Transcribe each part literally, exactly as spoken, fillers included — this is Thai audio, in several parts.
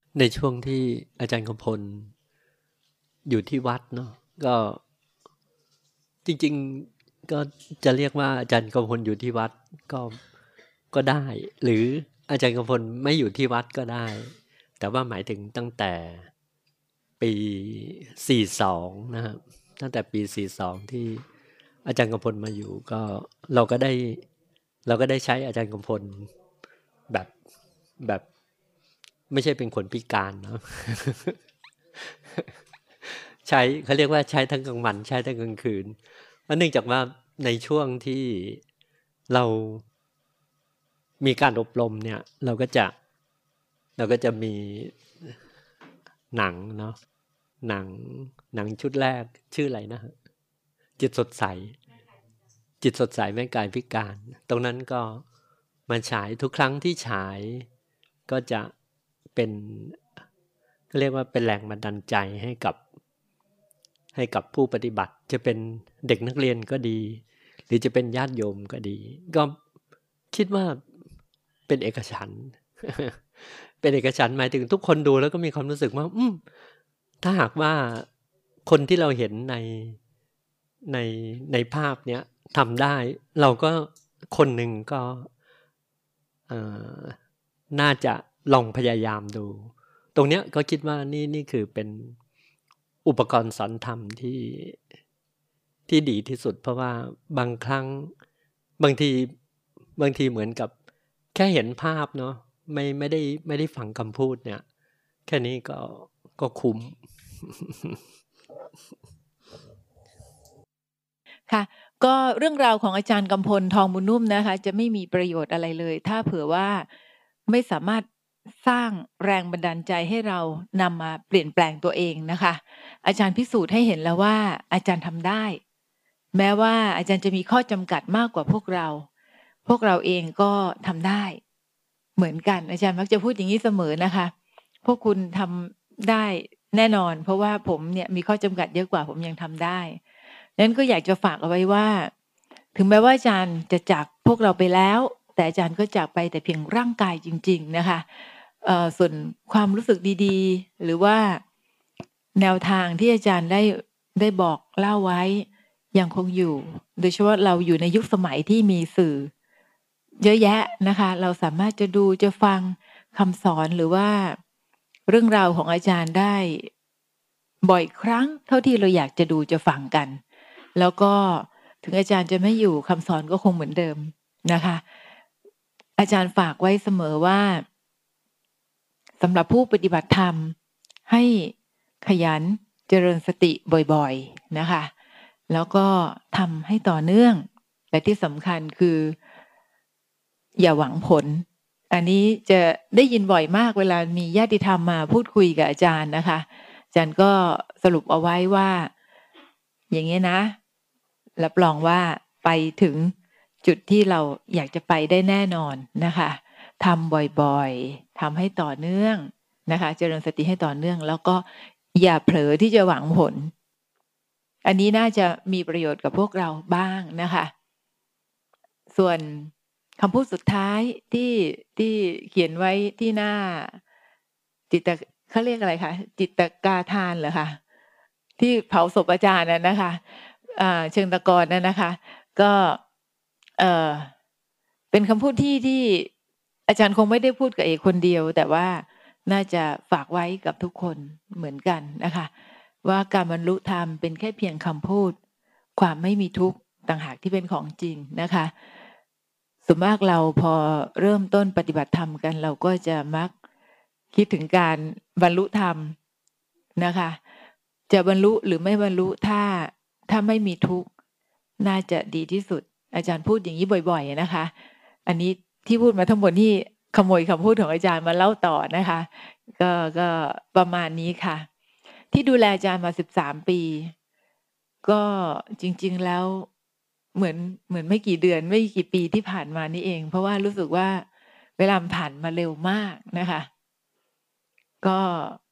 ในช่วงที่อาจารย์กำพลอยู่ที่วัดเนาะก็จริงๆก็จะเรียกว่าอาจารย์กำพลอยู่ที่วัดก็ก็ได้หรืออาจารย์กำพลไม่อยู่ที่วัดก็ได้แต่ว่าหมายถึงตั้งแต่ปีสี่สองนะครับตั้งแต่ปีสี่สองที่อาจารย์กำพลมาอยู่ก็เราก็ได้เราก็ได้ใช้อาจารย์กำพลแบบแบบไม่ใช่เป็นคนพิการเนาะ ใช้เขาเรียกว่าใช้ทั้งกลางวันใช้ทั้งกลางคืนเพราะเนื่องจากว่าในช่วงที่เรามีการอบรมเนี่ยเราก็จะเราก็จะมีหนังเนาะหนังหนังชุดแรกชื่ออะไรนะฮะจิตสดใสจิตสดใสแม่กายพิการตรงนั้นก็มาฉายทุกครั้งที่ฉายก็จะเป็นก็เรียกว่าเป็นแรงบันดาลใจให้กับ ให้กับผู้ปฏิบัติจะเป็นเด็กนักเรียนก็ดีหรือจะเป็นญาติโยมก็ดีก็คิดว่าเป็นเอกฉันท์ เป็นเอกฉันท์หมายถึงทุกคนดูแล้วก็มีความรู้สึกว่าอืมถ้าหากว่าคนที่เราเห็นในในในภาพเนี้ยทำได้เราก็คนหนึ่งก็เอ่อน่าจะลองพยายามดู ตรงเนี้ยก็คิดว่านี่นี่คือเป็นอุปกรณ์สอนธรรมที่ที่ดีที่สุดเพราะว่าบางครั้งบางทีบางทีเหมือนกับแค่เห็นภาพเนาะไม่ไม่ได้ไม่ได้ฟังคำพูดเนี่ยแค่นี้ก็ก็คุ้มค่ะก็เรื่องราวของอาจารย์กำพลทองบุญนุ่มนะคะจะไม่มีประโยชน์อะไรเลยถ้าเผื่อว่าไม่สามารถสร้างแรงบันดาลใจให้เรานำมาเปลี่ยนแปลงตัวเองนะคะอาจารย์พิสูจน์ให้เห็นแล้วว่าอาจารย์ทำได้แม้ว่าอาจารย์จะมีข้อจำกัดมากกว่าพวกเราพวกเราเองก็ทำได้เหมือนกันอาจารย์มักจะพูดอย่างนี้เสมอนะคะพวกคุณทำได้แน่นอนเพราะว่าผมเนี่ยมีข้อจำกัดเยอะกว่าผมยังทำได้นั้นก็อยากจะฝากเอาไว้ว่าถึงแม้ว่าอาจารย์จะจากพวกเราไปแล้วแต่อาจารย์ก็จากไปแต่เพียงร่างกายจริงๆนะคะเอ่อส่วนความรู้สึกดีๆหรือว่าแนวทางที่อาจารย์ได้ได้บอกเล่าไว้ยังคงอยู่โดยเฉพาะเราอยู่ในยุคสมัยที่มีสื่อเยอะแยะนะคะเราสามารถจะดูจะฟังคำสอนหรือว่าเรื่องราวของอาจารย์ได้บ่อยครั้งเท่าที่เราอยากจะดูจะฟังกันแล้วก็ถึงอาจารย์จะไม่อยู่คำสอนก็คงเหมือนเดิมนะคะอาจารย์ฝากไว้เสมอว่าสำหรับผู้ปฏิบัติธรรมให้ขยันเจริญสติบ่อยๆนะคะแล้วก็ทำให้ต่อเนื่องและที่สำคัญคืออย่าหวังผลอันนี้จะได้ยินบ่อยมากเวลามีญาติธรรมมาพูดคุยกับอาจารย์นะคะอาจารย์ก็สรุปเอาไว้ว่าอย่างนี้นะรับรองว่าไปถึงจุดที่เราอยากจะไปได้แน่นอนนะคะทำบ่อยๆทำให้ต่อเนื่องนะคะเจริญสติให้ต่อเนื่องแล้วก็อย่าเผลอที่จะหวังผลอันนี้น่าจะมีประโยชน์กับพวกเราบ้างนะคะส่วนคำพูดสุดท้ายที่ที่เขียนไว้ที่หน้าจิตเขาเรียกอะไรคะจิตกาทานเหรอคะที่เผาศพอาจารย์น่ะนะคะเชิงตะกอนนั่นนะคะก็เออเป็นคำพูดที่ที่อาจารย์คงไม่ได้พูดกับเอกคนเดียวแต่ว่าน่าจะฝากไว้กับทุกคนเหมือนกันนะคะว่าการบรรลุธรรมเป็นแค่เพียงคำพูดความไม่มีทุกข์ต่างหากที่เป็นของจริงนะคะส่วนมากเราพอเริ่มต้นปฏิบัติธรรมกันเราก็จะมักคิดถึงการบรรลุธรรมนะคะจะบรรลุหรือไม่บรรลุถ้าถ้าไม่มีทุกข์น่าจะดีที่สุดอาจารย์พูดอย่างนี้บ่อยๆนะคะอันนี้ที่พูดมาทั้งหมดนี่ขโมยคำพูดของอาจารย์มาเล่าต่อนะคะก็ก็ประมาณนี้ค่ะที่ดูแลอาจารย์มาสิบสามปีก็จริงๆแล้วเหมือนเหมือนไม่กี่เดือนไม่กี่ปีที่ผ่านมานี่เองเพราะว่ารู้สึกว่าเวลาผ่านมาเร็วมากนะคะก็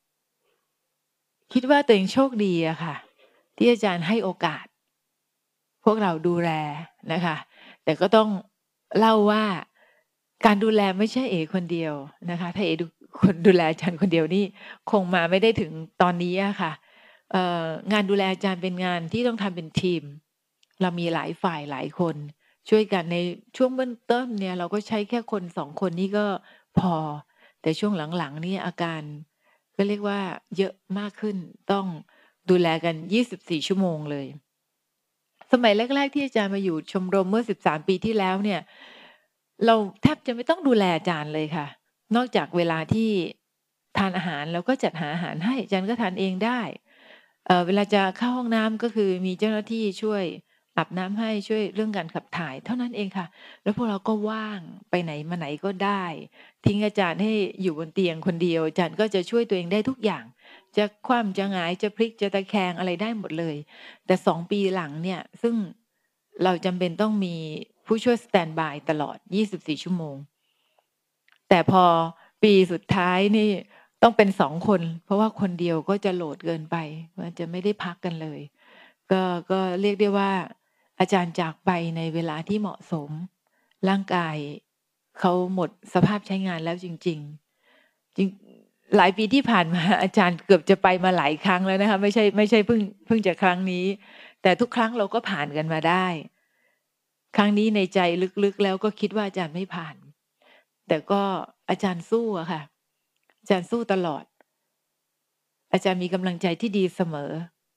คิดว่าตัวเองโชคดีอะค่ะที่อาจารย์ให้โอกาสพวกเราดูแลนะคะแต่ก็ต้องเล่าว่าการดูแลไม่ใช่เอคนเดียวนะคะถ้าเอคนดูแลอาจารย์คนเดียวนี่คงมาไม่ได้ถึงตอนนี้อะค่ะเอ่องานดูแลอาจารย์เป็นงานที่ต้องทำเป็นทีมเรามีหลายฝ่ายหลายคนช่วยกันในช่วงเบื้องต้นเนี่ยเราก็ใช้แค่คนสองคนนี่ก็พอแต่ช่วงหลังๆนี่อาการก็เรียกว่าเยอะมากขึ้นต้องดูแลกันยี่สิบสี่ชั่วโมงเลยสมัยแรกๆที่อาจารย์มาอยู่ชมรมเมื่อสิบสามปีที่แล้วเนี่ยเราแทบจะไม่ต้องดูแลอาจารย์เลยค่ะนอกจากเวลาที่ทานอาหารเราก็จัดหาอาหารให้อาจารย์ก็ทานเองได้เอ่อเวลาจะเข้าห้องน้ำก็คือมีเจ้าหน้าที่ช่วยอาบน้ำให้ช่วยเรื่องการขับถ่ายเท่านั้นเองค่ะแล้วพวกเราก็ว่างไปไหนมาไหนก็ได้ทิ้งอาจารย์ให้อยู่บนเตียงคนเดียวอาจารย์ก็จะช่วยตัวเองได้ทุกอย่างจะคว่ำจะหงายจะพลิกจะตะแคงอะไรได้หมดเลยแต่สองปีหลังเนี่ยซึ่งเราจำเป็นต้องมีผู้ช่วยสแตนด์บายตลอดยี่สิบสี่ชั่วโมงแต่พอปีสุดท้ายนี่ต้องเป็นสองคนเพราะว่าคนเดียวก็จะโหลดเกินไปมันจะไม่ได้พักกันเลยก็ก็เรียกได้ว่าอาจารย์จากไปในเวลาที่เหมาะสมร่างกายเขาหมดสภาพใช้งานแล้วจริงๆจริงหลายปีที่ผ่านมาอาจารย์เกือบจะไปมาหลายครั้งแล้วนะคะไม่ใช่ไม่ใช่เพิ่งเพิ่งจะครั้งนี้แต่ทุกครั้งเราก็ผ่านกันมาได้ครั้งนี้ในใจลึกๆแล้วก็คิดว่าอาจารย์ไม่ผ่านแต่ก็อาจารย์สู้อะค่ะอาจารย์สู้ตลอดอาจารย์มีกำลังใจที่ดีเสมอ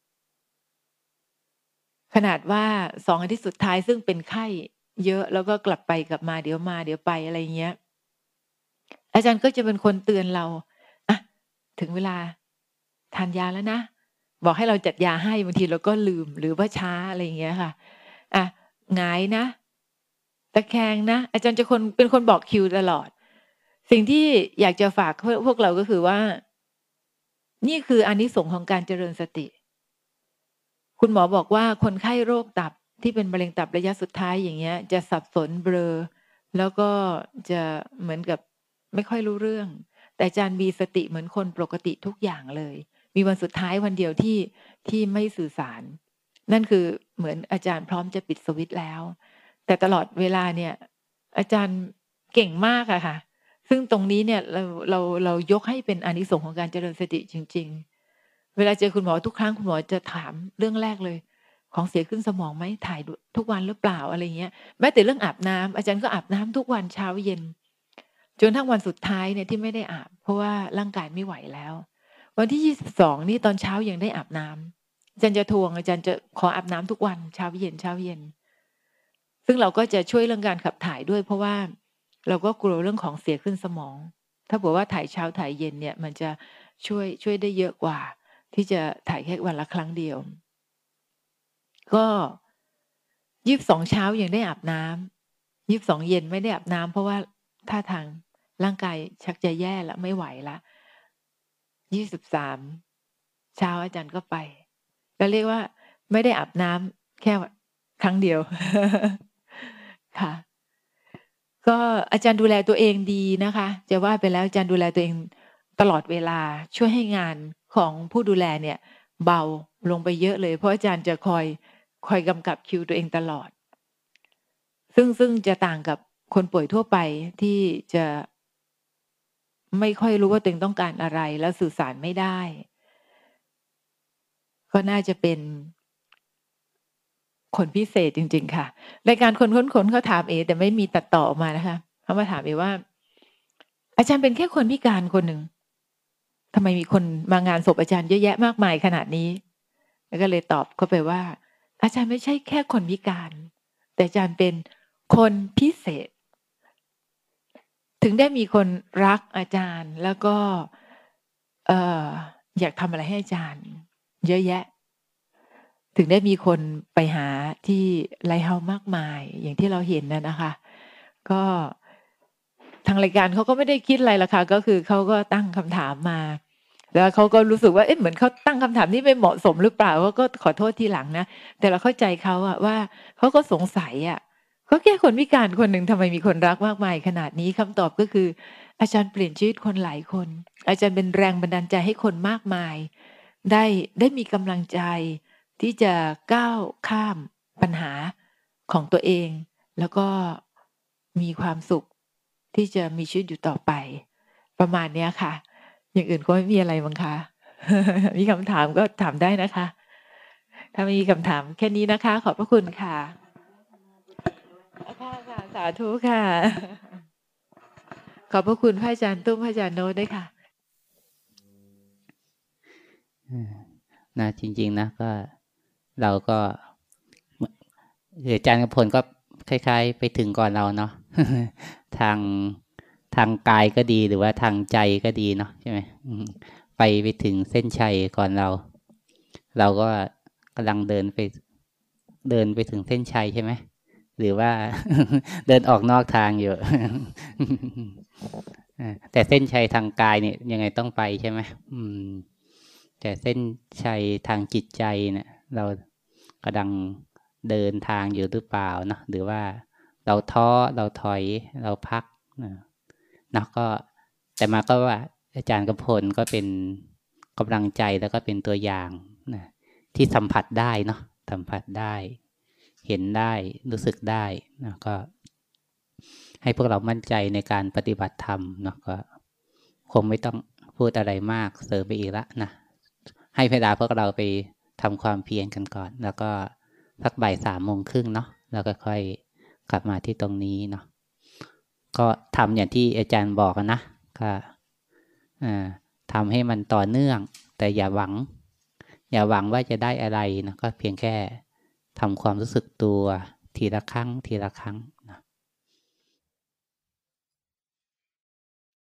ขนาดว่าสองอาทิตย์สุดท้ายซึ่งเป็นไข้เยอะแล้วก็กลับไปกลับมาเดี๋ยวมาเดี๋ยวไปอะไรเงี้ยอาจารย์ก็จะเป็นคนเตือนเราอะถึงเวลาทานยาแล้วนะบอกให้เราจัดยาให้บางทีเราก็ลืมหรือว่าช้าอะไรอย่างเงี้ยค่ะอะหงายนะตะแคงนะอาจารย์จะคนเป็นคนบอกคิวตลอดสิ่งที่อยากจะฝากพวกเราก็คือว่านี่คืออานิสงส์ของการเจริญสติคุณหมอบอกว่าคนไข้โรคตับที่เป็นมะเร็งตับระยะสุดท้ายอย่างเงี้ยจะสับสนเบลอแล้วก็จะเหมือนกับไม่ค่อยรู้เรื่องแต่อาจารย์มีสติเหมือนคนปกติทุกอย่างเลยมีวันสุดท้ายวันเดียวที่ที่ไม่สื่อสารนั่นคือเหมือนอาจารย์พร้อมจะปิดสวิตช์แล้วแต่ตลอดเวลาเนี่ยอาจารย์เก่งมากอะค่ะซึ่งตรงนี้เนี่ยเราเราเรายกให้เป็นอานิสงส์ของการเจริญสติจริงๆเวลาเจอคุณหมอทุกครั้งคุณหมอจะถามเรื่องแรกเลยของเสียขึ้นสมองไหมถ่ายทุกวันหรือเปล่าอะไรเงี้ยแม้แต่เรื่องอาบน้ำอาจารย์ก็อาบน้ำทุกวันเช้าเย็นจนทั้งวันสุดท้ายเนี่ยที่ไม่ได้อาบเพราะว่าร่างกายไม่ไหวแล้ววันที่ยี่สิบสองนี่ตอนเช้ายังได้อาบน้ำอาจารย์จะทวงอาจารย์จะขออาบน้ำทุกวันเช้าเย็นเช้าเย็นซึ่งเราก็จะช่วยเรื่องการขับถ่ายด้วยเพราะว่าเราก็กลัวเรื่องของเสียขึ้นสมองถ้าบอกว่าถ่ายเช้าถ่ายเย็นเนี่ยมันจะช่วยช่วยได้เยอะกว่าที่จะถ่ายแค่วันละครั้งเดียวก็ยี่สิบสองเช้ายังได้อาบน้ำยี่สิบสองเย็นไม่ได้อาบน้ำเพราะว่าท่าทางร่างกายชักจะแย่แล้วไม่ไหวละยี่สิบสามเช้าอาจารย์ก็ไปก็เรียกว่าไม่ได้อาบน้ำแค่ครั้งเดียว ค่ะก็อาจารย์ดูแลตัวเองดีนะคะจะว่าไปแล้วอาจารย์ดูแลตัวเองตลอดเวลาช่วยให้งานของผู้ดูแลเนี่ยเบาลงไปเยอะเลยเพราะอาจารย์จะคอยคอยกำกับคิวตัวเองตลอดซึ่งซึ่งจะต่างกับคนป่วยทั่วไปที่จะไม่ค่อยรู้ว่าตัวเองต้องการอะไรแล้วสื่อสารไม่ได้ก็น่าจะเป็นคนพิเศษจริงๆค่ะรายการคนค้นคนเขาถามเอแต่ไม่มีตัดต่อออกมานะคะเขามาถามเอว่าอาจารย์เป็นแค่คนพิการคนหนึ่งทำไมมีคนมางานศพอาจารย์เยอะแยะมากมายขนาดนี้แล้วก็เลยตอบเขาไปว่าอาจารย์ไม่ใช่แค่คนพิการแต่อาจารย์เป็นคนพิเศษถึงได้มีคนรักอาจารย์แล้วก็เอ่ออยากทำอะไรให้อาจารย์เยอะแยะถึงได้มีคนไปหาที่ไลท์เฮาส์มากมายอย่างที่เราเห็นน่ะนะคะก็ทางรายการเขาก็ไม่ได้คิดอะไรหรอกค่ะก็คือเขาก็ตั้งคำถามมาแล้วเขาก็รู้สึกว่าเอ๊ะเหมือนเขาตั้งคำถามที่ไม่เหมาะสมหรือเปล่าเขาก็ขอโทษทีหลังนะแต่เราเข้าใจเขาอะว่าเขาก็สงสัยอะเขาแค่คนพิการคนหนึ่งทำไมมีคนรักมากมายขนาดนี้คำตอบก็คืออาจารย์เปลี่ยนชีวิตคนหลายคนอาจารย์เป็นแรงบันดาลใจให้คนมากมายได้ได้มีกำลังใจที่จะก้าวข้ามปัญหาของตัวเองแล้วก็มีความสุขที่จะมีชีวิตอยู่ต่อไปประมาณเนี้ยค่ะ อย่างอื่นก็ไม่มีอะไรมั้งคะ มีคำถามก็ถามได้นะคะ ถ้าไม่มีคำถามแค่นี้นะคะ ขอบพระคุณค่ะค่ะค่ะสาธุค่ะ ขอบพระคุณพระอาจารย์ตุ้มพระอาจารย์โน้ตด้วยค่ะนะจริงๆนะก็เราก็อาจารย์กำพลก็คล้ายๆไปถึงก่อนเราเนาะ ทางทางกายก็ดีหรือว่าทางใจก็ดีเนาะใช่ไหมไปไปถึงเส้นชัยก่อนเรา เราก็กำลังเดินไปเดินไปถึงเส้นชัยใช่ไหมหรือว่า เดินออกนอกทางอยู่ แต่เส้นชัยทางกายเนี่ยยังไงต้องไปใช่ไหมอืมแต่เส้นชัยทางจิตใจเนี่ยเรากำลังเดินทางอยู่หรือเปล่าเนาะหรือว่าเราท้อเราถอยเราพักนะเนาะก็แต่มาก็ว่าอาจารย์กำพลก็เป็นกำลังใจแล้วก็เป็นตัวอย่างนะที่สัมผัสได้เนาะสัมผัสได้เห็นได้รู้สึกได้นะก็ให้พวกเรามั่นใจในการปฏิบัติธรรมเนาะก็คงไม่ต้องพูดอะไรมากเสริมไปอีกละนะให้เวลาพวกเราไปทำความเพียรกันก่อนแล้วก็สักบ่ายสามโมงครึ่งเนาะแล้วก็ค่อยกลับมาที่ตรงนี้เนาะก็ทำอย่างที่อาจารย์บอกนะก็ทำให้มันต่อเนื่องแต่อย่าหวังอย่าหวังว่าจะได้อะไรนะก็เพียงแค่ทำความรู้สึกตัวทีละครั้งทีละครั้ง